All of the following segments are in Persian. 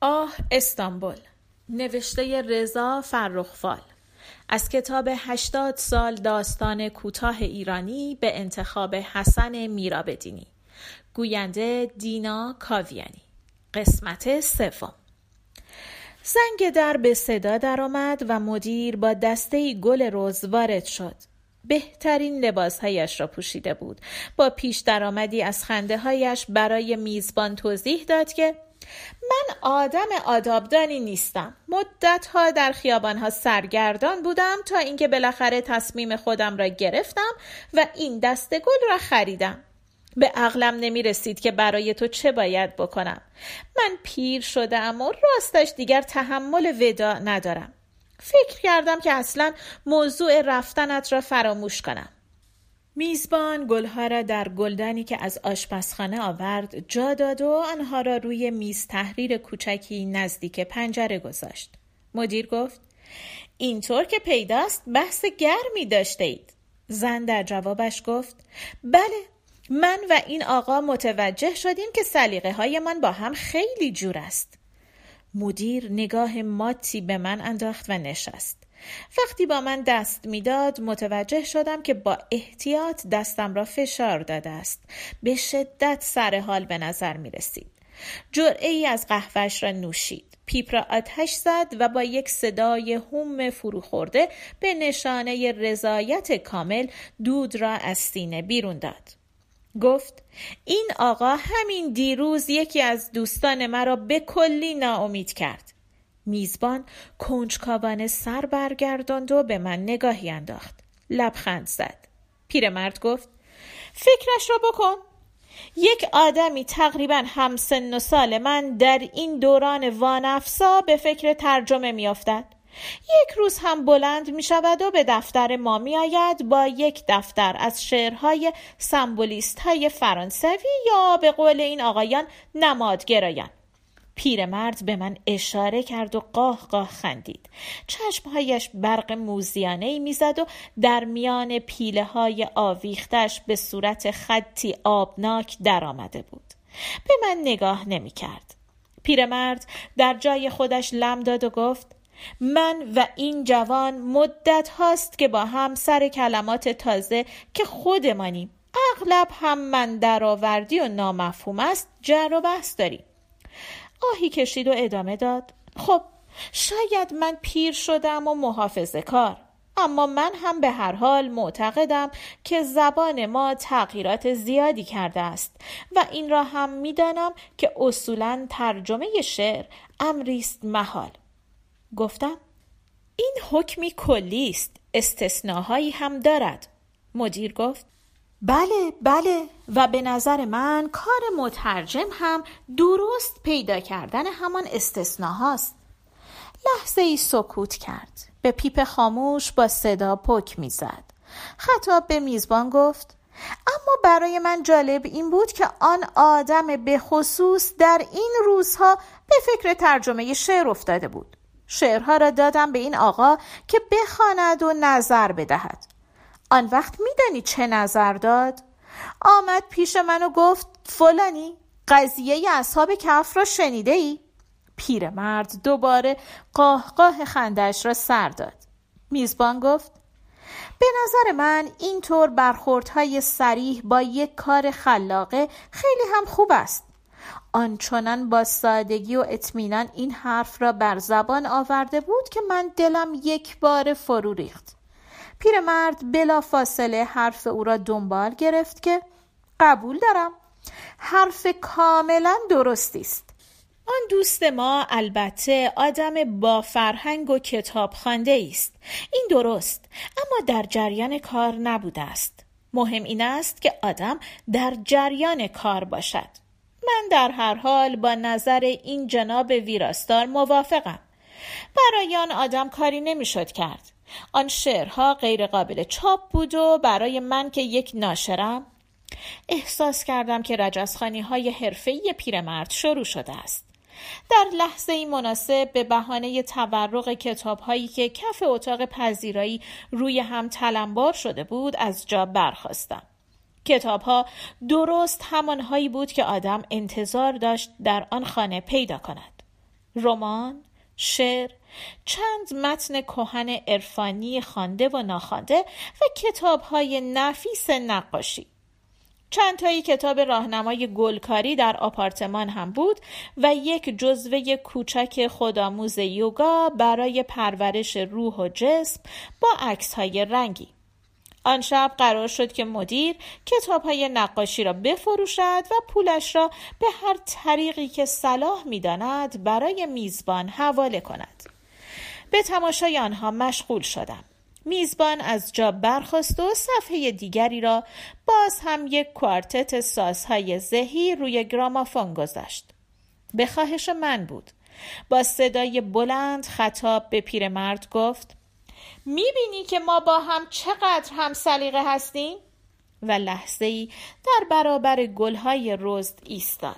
آه استانبول، نوشته رضا فرخفال، از کتاب 80 سال داستان کوتاه ایرانی به انتخاب حسن میرابدینی، گوینده دینا کاویانی. قسمت سوم. زنگ در به صدا درآمد و مدیر با دسته‌ای گل رز وارد شد. بهترین لباسهایش را پوشیده بود. با پیش درآمدی از خنده‌هایش برای میزبان توضیح داد که من آدم آدابدانی نیستم. مدت‌ها در خیابان‌ها سرگردان بودم تا اینکه بالاخره تصمیم خودم را گرفتم و این دسته گل را خریدم. به عقلم نمی رسید که برای تو چه باید بکنم. من پیر شدم و راستش دیگر تحمل وداع ندارم. فکر کردم که اصلاً موضوع رفتنت را فراموش کنم. میزبان گلها را در گلدانی که از آشپزخانه آورد جا داد و آنها را روی میز تحریر کوچکی نزدیک پنجره گذاشت. مدیر گفت اینطور که پیداست بحث گرمی داشته اید. زن در جوابش گفت بله، من و این آقا متوجه شدیم که سلیقه های من با هم خیلی جور است. مدیر نگاه ماتی به من انداخت و نشست. وقتی با من دست میداد متوجه شدم که با احتیاط دستم را فشار داده است. به شدت سر حال به نظر می رسید. جرعه ای از قهوه‌اش را نوشید. پیپ را آتش زد و با یک صدای هوم فروخورده به نشانه رضایت کامل دود را از سینه بیرون داد. گفت این آقا همین دیروز یکی از دوستان مرا به کلی ناامید کرد. میزبان کنجکاوانه سر برگرداند و به من نگاهی انداخت. لبخند زد. پیرمرد گفت فکرش را بکن. یک آدمی تقریبا همسن و سال من در این دوران وانفسا به فکر ترجمه می افتد. یک روز هم بلند می شود و به دفتر ما می آید با یک دفتر از شعرهای سمبولیست های فرانسوی یا به قول این آقایان نمادگرایان. پیرمرد به من اشاره کرد و قاه قاه خندید. چشمهایش برق موزیانه‌ای میزد و در میان پیله های آویختش به صورت خطی آبناک در آمده بود. به من نگاه نمی کرد. پیرمرد در جای خودش لم داد و گفت من و این جوان مدت هاست که با هم سر کلمات تازه که خودمانیم اغلب هم من درآوردی و نامفهوم است جر و بحث داریم. آهی کشید و ادامه داد خب شاید من پیر شدم و محافظه کار، اما من هم به هر حال معتقدم که زبان ما تغییرات زیادی کرده است و این را هم میدانم که اصولاً ترجمه شعر امریست محال. گفتم این حکمی کلی است، استثناهایی هم دارد. مدیر گفت بله و به نظر من کار مترجم هم درست پیدا کردن همان استثناهاست. لحظه ای سکوت کرد. به پیپ خاموش با صدا پک می زد. خطاب به میزبان گفت اما برای من جالب این بود که آن آدم به خصوص در این روزها به فکر ترجمه شعر افتاده بود. شعرها را دادم به این آقا که بخواند و نظر بدهد. آن وقت میدانی چه نظر داد؟ آمد پیش من و گفت فلانی قضیه اصحاب کهف را شنیده ای؟ پیرمرد دوباره قاه خندش را سر داد. میزبان گفت به نظر من اینطور برخوردهای صریح با یک کار خلاقه خیلی هم خوب است. آنچنان با سادگی و اطمینان این حرف را بر زبان آورده بود که من دلم یک بار فرو ریخت. پیرمرد بلا فاصله حرف او را دنبال گرفت که قبول دارم، حرف کاملا درستی است. آن دوست ما البته آدم با فرهنگ و کتاب خوانده است. این درست، اما در جریان کار نبوده است. مهم این است که آدم در جریان کار باشد. من در هر حال با نظر این جناب ویراستار موافقم. برای آن آدم کاری نمیشد کرد. آن شعرها غیر قابل چاپ بود و برای من که یک ناشرم احساس کردم که رجزخوانی‌های حرفه‌ای پیرمرد شروع شده است. در لحظه‌ای مناسب به بهانه تورق کتاب‌هایی که کف اتاق پذیرایی روی هم تلمبار شده بود از جا برخاستم. کتاب‌ها درست همانهایی بود که آدم انتظار داشت در آن خانه پیدا کند. رمان، شعر، چند متن کهن عرفانی خوانده و ناخوانده و کتاب‌های نفیس نقاشی. چند تایی کتاب راهنمای گلکاری در آپارتمان هم بود و یک جزوه کوچک خودآموز یوگا برای پرورش روح و جسم با عکس‌های رنگی. آن شب قرار شد که مدیر کتاب‌های نقاشی را بفروشد و پولش را به هر طریقی که صلاح می‌داند برای میزبان حواله کند. به تماشای آنها مشغول شدم. میزبان از جا برخاست و صفحه دیگری را باز هم یک کوارتت سازهای زهی روی گرامافون گذاشت. به خواهش من بود. با صدای بلند خطاب به پیرمرد گفت: میبینی که ما با هم چقدر هم سلیقه هستیم؟ و لحظه‌ای در برابر گلهای رزد ایستاد.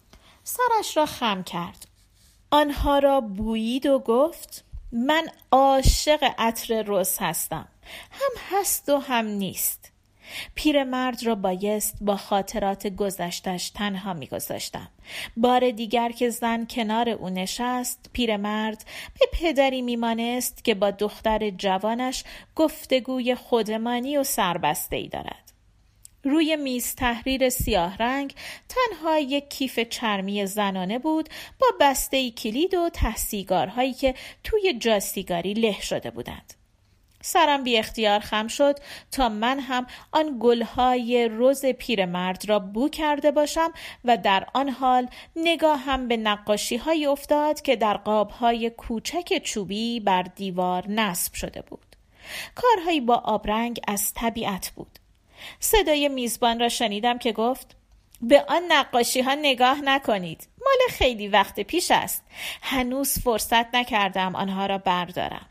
سرش را خم کرد. آنها را بویید و گفت: من عاشق عطر رز هستم. هم هست و هم نیست. پیرمرد را بایست با خاطرات گذشتش تنها می‌گذاشتم. بار دیگر که زن کنار او نشست، پیرمرد به پدری میمانست که با دختر جوانش گفتگوی خودمانی و سربسته‌ای دارد. روی میز تحریر سیاه رنگ تنها یک کیف چرمی زنانه بود با بسته‌ای کلید و ته سیگارهایی که توی جا سیگاری له شده بودند. سرم بی اختیار خم شد تا من هم آن گلهای رز پیرمرد را بو کرده باشم و در آن حال نگاهم به نقاشی‌هایی افتاد که در قاب‌های کوچک چوبی بر دیوار نصب شده بود. کارهایی با آبرنگ از طبیعت بود. صدای میزبان را شنیدم که گفت: به آن نقاشی ها نگاه نکنید. مال خیلی وقت پیش است. هنوز فرصت نکردم آنها را بردارم.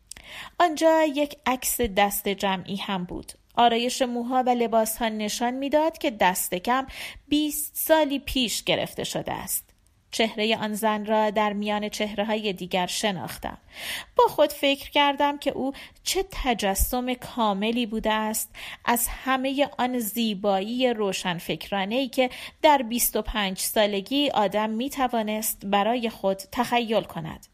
آنجا یک عکس دست جمعی هم بود. آرایش موها و لباس ها نشان میداد که دست کم 20 سالی پیش گرفته شده است. چهره آن زن را در میان چهره‌های دیگر شناختم. با خود فکر کردم که او چه تجسم کاملی بوده است از همه آن زیبایی روشنفکرانه‌ای که در 25 سالگی آدم می‌توانست برای خود تخیل کند.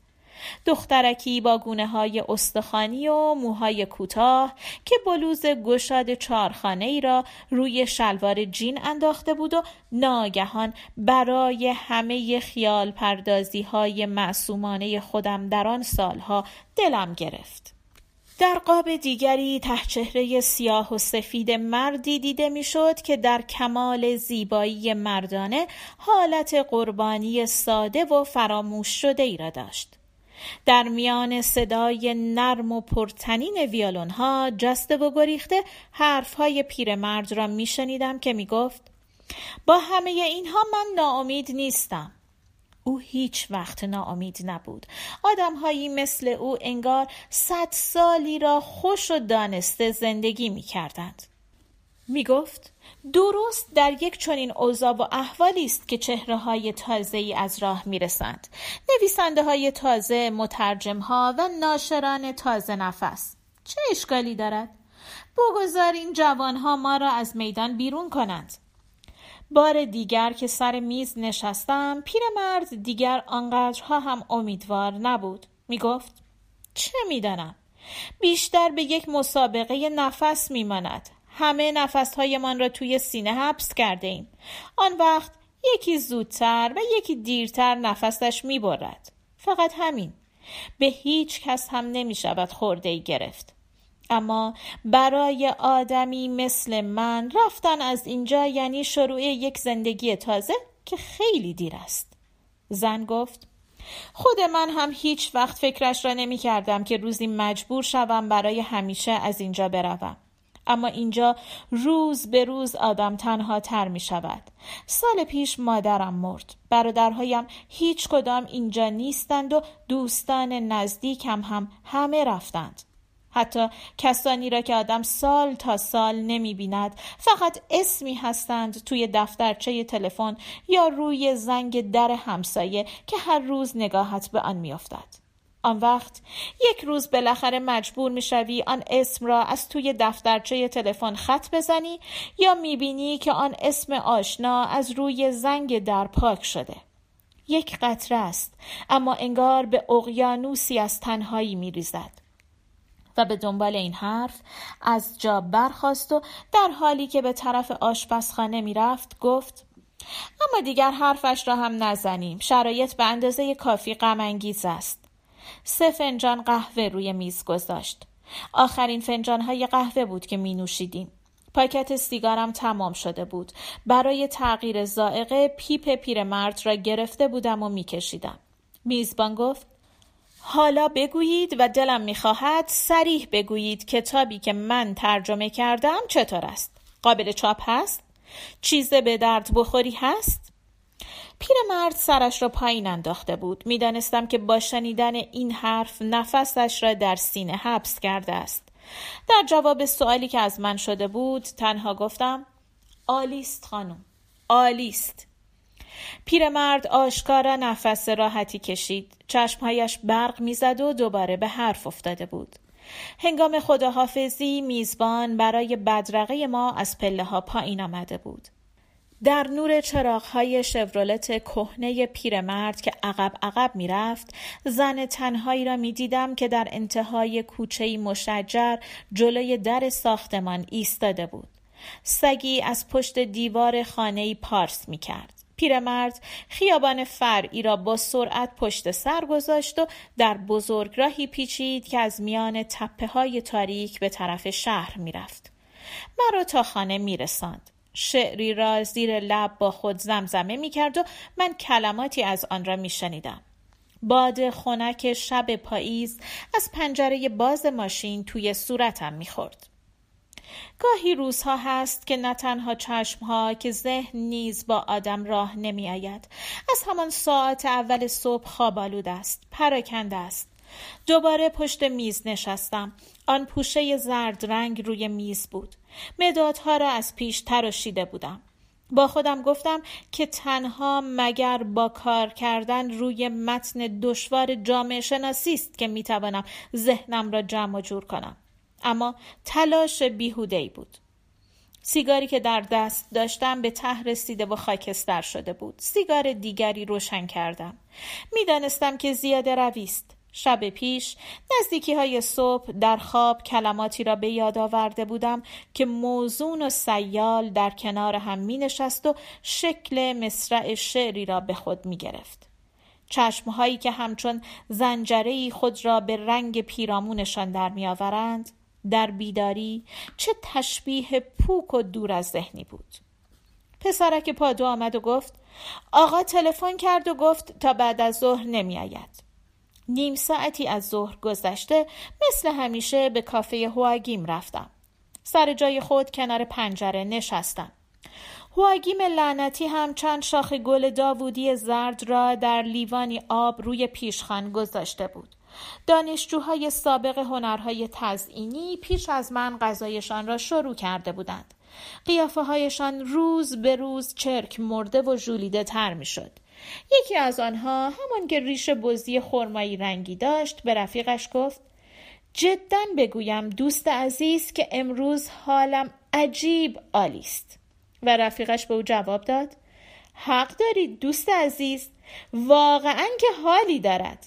دخترکی با گونه‌های استخوانی و موهای کوتاه که بلوز گشاد چارخانه‌ای را روی شلوار جین انداخته بود و ناگهان برای همه خیال پردازی‌های معصومانه خودم در آن سالها دلم گرفت. در قاب دیگری ته چهره سیاه و سفید مردی دیده میشد که در کمال زیبایی مردانه حالت قربانی ساده و فراموش شده ای را داشت. در میان صدای نرم و پرطنین ویولون‌ها جسته و گریخته حرف‌های پیرمرد را می‌شنیدم که می‌گفت: با همه اینها من ناامید نیستم. او هیچ وقت ناامید نبود. آدم‌هایی مثل او انگار 100 سالی را خوش و دانسته زندگی می‌کردند. می‌گفت: درست در یک چنین اوضاع و احوالی است که چهره‌های تازه‌ای از راه می‌رسند. نویسنده‌های تازه، مترجم‌ها و ناشران تازه نفس. چه اشکالی دارد؟ بگذار این جوان‌ها ما را از میدان بیرون کنند. بار دیگر که سر میز نشستم، پیرمرد دیگر آنقدرها هم امیدوار نبود. می‌گفت: چه می‌دانم؟ بیشتر به یک مسابقه نفس می‌ماند. همه نفس‌هایمان را توی سینه حبس کرده ایم. آن وقت یکی زودتر و یکی دیرتر نفسش می‌برد. فقط همین. به هیچ کس هم نمی‌شود خرده‌ای گرفت. اما برای آدمی مثل من رفتن از اینجا یعنی شروع یک زندگی تازه که خیلی دیر است. زن گفت: خود من هم هیچ وقت فکرش را نمی کردم که روزی مجبور شوم برای همیشه از اینجا بروم. اما اینجا روز به روز آدم تنها تر می شود. سال پیش مادرم مرد. برادرهایم هیچ کدام اینجا نیستند و دوستان نزدیکم هم همه رفتند. حتی کسانی را که آدم سال تا سال نمی بیند فقط اسمی هستند توی دفترچه تلفن یا روی زنگ در همسایه که هر روز نگاهت به آن می افتد. آن وقت یک روز بالاخره مجبور می شوی آن اسم را از توی دفترچه تلفن خط بزنی یا می بینی که آن اسم آشنا از روی زنگ در پاک شده. یک قطره است، اما انگار به اقیانوسی از تنهایی می‌ریزد. و به دنبال این حرف از جا برخاست و در حالی که به طرف آشپزخانه می‌رفت گفت: اما دیگر حرفش را هم نزنیم. شرایط به اندازه کافی غم‌انگیز است. 3 فنجان قهوه روی میز گذاشت. آخرین فنجان‌های قهوه بود که می‌نوشیدیم. پاکت سیگارم تمام شده بود. برای تغییر ذائقه پیپ پیرمرد را گرفته بودم و می‌کشیدم. میزبان گفت: حالا بگویید و دلم می‌خواهد صریح بگویید کتابی که من ترجمه کردم چطور است؟ قابل چاپ هست؟ چیز به درد بخوری هست؟ پیرمرد سرش را پایین انداخته بود. می‌دانستم که با شنیدن این حرف نفسش را در سینه حبس کرده است. در جواب سوالی که از من شده بود تنها گفتم: عالیست خانم، عالیست. پیرمرد آشکارا نفس راحتی کشید. چشمهایش برق میزد و دوباره به حرف افتاده بود. هنگام خداحافظی میزبان برای بدرقه ما از پله ها پایین آمده بود. در نور چراغ‌های شورولت کهنه پیرمرد که عقب عقب می‌رفت، زن تنهایی را می‌دیدم که در انتهای کوچه‌ای مشجر جلوی در ساختمان ایستاده بود. سگی از پشت دیوار خانه‌ای پارس می‌کرد. پیرمرد خیابان فرعی را با سرعت پشت سر گذاشت و در بزرگراهی پیچید که از میان تپه‌های تاریک به طرف شهر می‌رفت. مرا تا خانه می‌رساند. شعری را زیر لب با خود زمزمه می کرد و من کلماتی از آن را می شنیدم. باد خنک شب پاییز از پنجره باز ماشین توی صورتم می خورد. گاهی روزها هست که نه تنها چشمها که ذهن نیز با آدم راه نمی آید. از همان ساعت اول صبح خواب آلود است، پراکنده است. دوباره پشت میز نشستم. آن پوشه زرد رنگ روی میز بود. مدادها را از پیش تراشیده بودم. با خودم گفتم که تنها مگر با کار کردن روی متن دشوار جامعه شناسی است که میتوانم ذهنم را جمع و جور کنم. اما تلاش بیهوده‌ای بود. سیگاری که در دست داشتم به ته رسیده و خاکستر شده بود. سیگار دیگری روشن کردم. میدانستم که زیاده روی است. شب پیش نزدیکی های صبح در خواب کلماتی را به یاد آورده بودم که موزون و سیال در کنار هم می نشست و شکل مصرع شعری را به خود می گرفت. چشمهایی که همچون زنجره‌ای خود را به رنگ پیرامونشان در می آورند، در بیداری چه تشبیه پوک و دور از ذهنی بود. پسرک پادو آمد و گفت: آقا تلفن کرد و گفت تا بعد از ظهر نمی آید. نیم ساعتی از ظهر گذشته مثل همیشه به کافه هواگیم رفتم. سر جای خود کنار پنجره نشستم. هواگیم لعنتی هم چند شاخه گل داوودی زرد را در لیوانی آب روی پیشخوان گذاشته بود. دانشجوهای سابق هنرهای تزئینی پیش از من غذایشان را شروع کرده بودند. قیافه هایشان روز به روز چرک مرده و ژولیده تر می شد. یکی از آنها همان که ریش بزی خرمایی رنگی داشت به رفیقش گفت: جداً بگویم دوست عزیز که امروز حالم عجیب عالی است. و رفیقش به او جواب داد: حق دارید دوست عزیز، واقعاً که حالی دارد.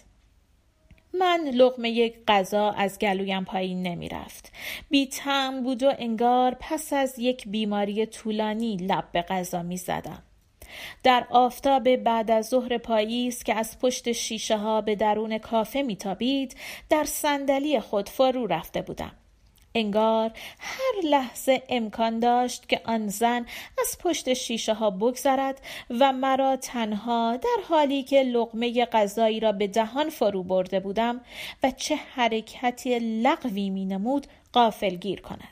من لقمه یک غذا از گلویم پایین نمی رفت. بی طعم بود و انگار پس از یک بیماری طولانی لب به غذا می زدم. در آفتاب بعد از ظهر پاییز که از پشت شیشه ها به درون کافه میتابید، در صندلی خود فرو رفته بودم. انگار هر لحظه امکان داشت که آن زن از پشت شیشه ها بگذرد و مرا تنها در حالی که لقمه غذایی را به دهان فرو برده بودم و چه حرکتی لغوی می نمود غافلگیر کند.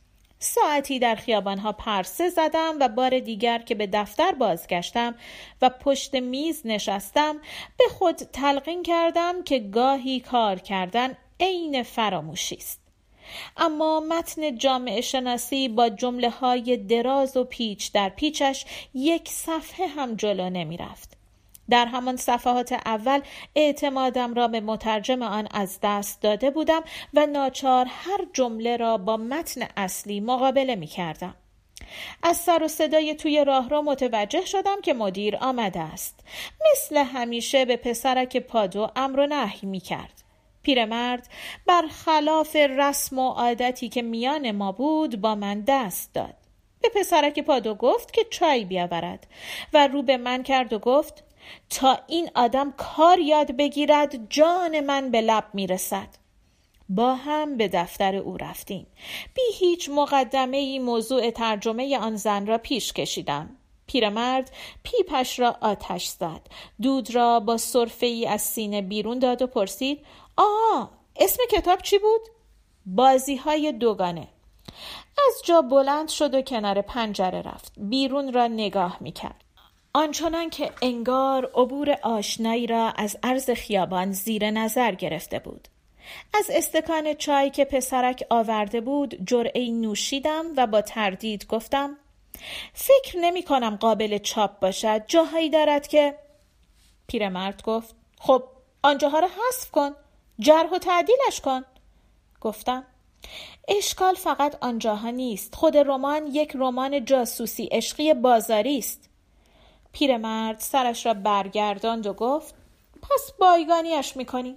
ساعتی در خیابانها پرسه زدم و بار دیگر که به دفتر بازگشتم و پشت میز نشستم به خود تلقین کردم که گاهی کار کردن عین فراموشی است. اما متن جامعه شناسی با جمله های دراز و پیچ در پیچش یک صفحه هم جلو نمی رفت. در همان صفحات اول اعتمادم را به مترجم آن از دست داده بودم و ناچار هر جمله را با متن اصلی مقابله می کردم. از سر و صدای توی راهرو متوجه شدم که مدیر آمده است. مثل همیشه به پسرک پادو امر و نهی می کرد. پیرمرد برخلاف رسم و عادتی که میان ما بود با من دست داد. به پسرک پادو گفت که چای بیاورد و رو به من کرد و گفت تا این آدم کار یاد بگیرد جان من به لب میرسد. با هم به دفتر او رفتیم. بی هیچ مقدمه‌ای موضوع ترجمه آن زن را پیش کشیدم. پیرمرد پیپش را آتش زد. دود را با سرفه‌ای از سینه بیرون داد و پرسید اسم کتاب چی بود؟ بازی‌های دوگانه. از جا بلند شد و کنار پنجره رفت. بیرون را نگاه می‌کرد. آنچنان که انگار عبور آشنایی را از عرض خیابان زیر نظر گرفته بود. از استکان چای که پسرک آورده بود جرعه‌ای نوشیدم و با تردید گفتم فکر نمی کنم قابل چاپ باشد. جاهایی دارد که... پیرمرد گفت خب آنجاها را حذف کن، جرح و تعدیلش کن. گفتم اشکال فقط آنجاها نیست. خود رمان یک رمان جاسوسی عشقی بازاری است. پیرمرد سرش را برگرداند و گفت پس بایگانیش میکنی؟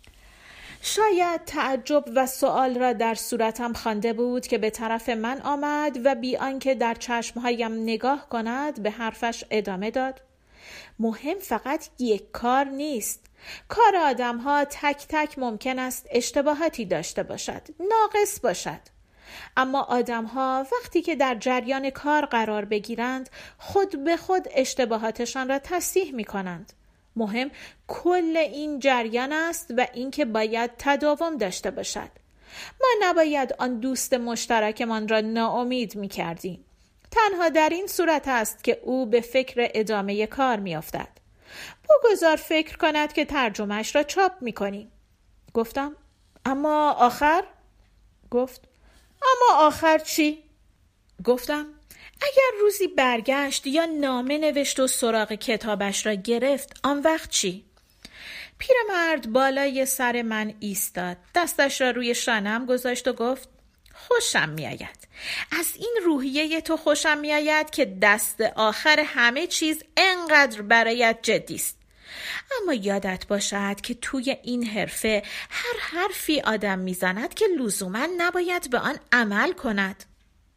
شاید تعجب و سؤال را در صورتم خوانده بود که به طرف من آمد و بی آنکه در چشمهایم نگاه کند به حرفش ادامه داد. مهم فقط یک کار نیست. کار آدم‌ها تک تک ممکن است اشتباهاتی داشته باشد، ناقص باشد. اما آدم‌ها وقتی که در جریان کار قرار بگیرند خود به خود اشتباهاتشان را تصحیح می‌کنند. مهم کل این جریان است و اینکه باید تداوم داشته باشد. ما نباید آن دوست مشترکمان را ناامید می‌کردیم. تنها در این صورت است که او به فکر ادامه کار می‌افتد. بگذار فکر کند که ترجمهش را چاپ می‌کنی. گفتم اما آخر؟ گفت اما آخر چی؟ گفتم اگر روزی برگشت یا نامه نوشت و سراغ کتابش را گرفت آن وقت چی؟ پیرمرد بالای سر من ایستاد، دستش را روی شانه‌ام گذاشت و گفت خوشم میآید. از این روحیه تو خوشم میآید که دست آخر همه چیز انقدر برایت جدی است. اما یادت باشد که توی این حرفه هر حرفی آدم میزند که لزوما نباید به آن عمل کند.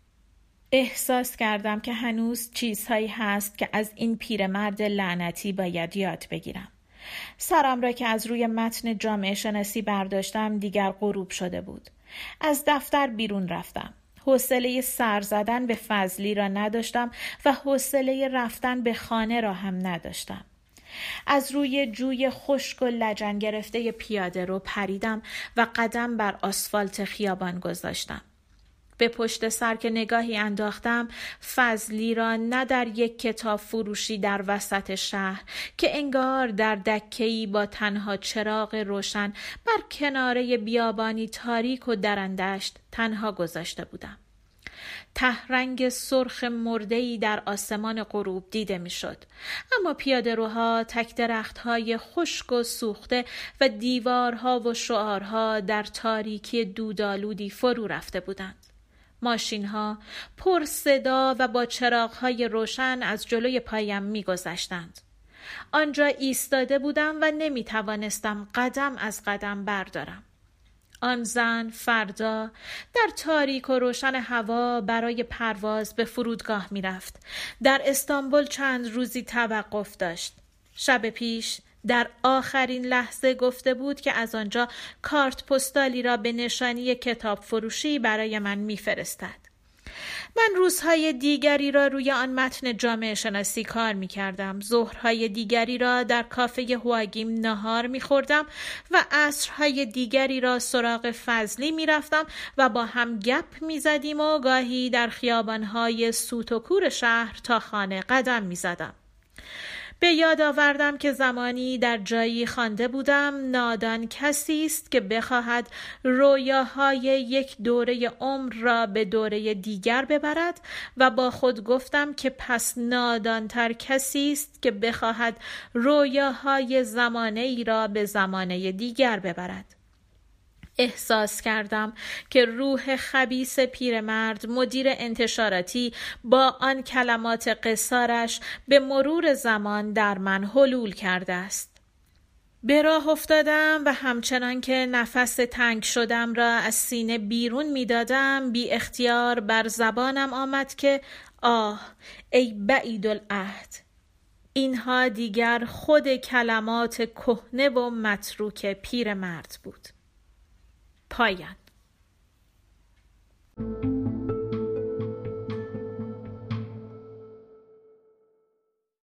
احساس کردم که هنوز چیزهایی هست که از این پیرمرد لعنتی باید یاد بگیرم. سرم را که از روی متن جامعه شناسی برداشتم دیگر غروب شده بود. از دفتر بیرون رفتم. حوصله سر زدن به فضلی را نداشتم و حوصله رفتن به خانه را هم نداشتم. از روی جوی خشک و لجن گرفته پیاده رو پریدم و قدم بر آسفالت خیابان گذاشتم. به پشت سر که نگاهی انداختم فضلی را نه در یک کتاب فروشی در وسط شهر که انگار در دکه‌ای با تنها چراغ روشن بر کناره بیابانی تاریک و درندشت تنها گذاشته بودم. تهرنگ سرخ مرده‌ای در آسمان غروب دیده می‌شد، اما پیاده‌روها تک درخت‌های خشک و سوخته و دیوارها و شعارها در تاریکی دودآلودی فرو رفته بودند. ماشین‌ها پر صدا و با چراغ‌های روشن از جلوی پایم می‌گذشتند. آنجا ایستاده بودم و نمی‌توانستم قدم از قدم بردارم. آن زن فردا در تاریک و روشن هوا برای پرواز به فرودگاه می‌رفت. در استانبول چند روزی توقف داشت. شب پیش در آخرین لحظه گفته بود که از آنجا کارت پستالی را به نشانی کتاب فروشی برای من می‌فرستد. من روزهای دیگری را روی آن متن جامعه شناسی کار می کردم. ظهرهای دیگری را در کافه هواگیم نهار می خوردم و عصرهای دیگری را سراغ فضلی می رفتم و با هم گپ می زدیم و گاهی در خیابانهای سوت و کور شهر تا خانه قدم می زدم. به یاد آوردم که زمانی در جایی خوانده بودم نادان کسی است که بخواهد رویاهای یک دوره عمر را به دوره دیگر ببرد و با خود گفتم که پس نادانتر کسی است که بخواهد رویاهای زمانه ای را به زمانه دیگر ببرد. احساس کردم که روح خبیث پیرمرد مدیر انتشاراتی با آن کلمات قصارش به مرور زمان در من حلول کرده است. به راه افتادم و همچنان که نفس تنگ شدم را از سینه بیرون می دادم بی اختیار بر زبانم آمد که ای بعید العهد. اینها دیگر خود کلمات کهنه و متروک پیرمرد بود. پایان.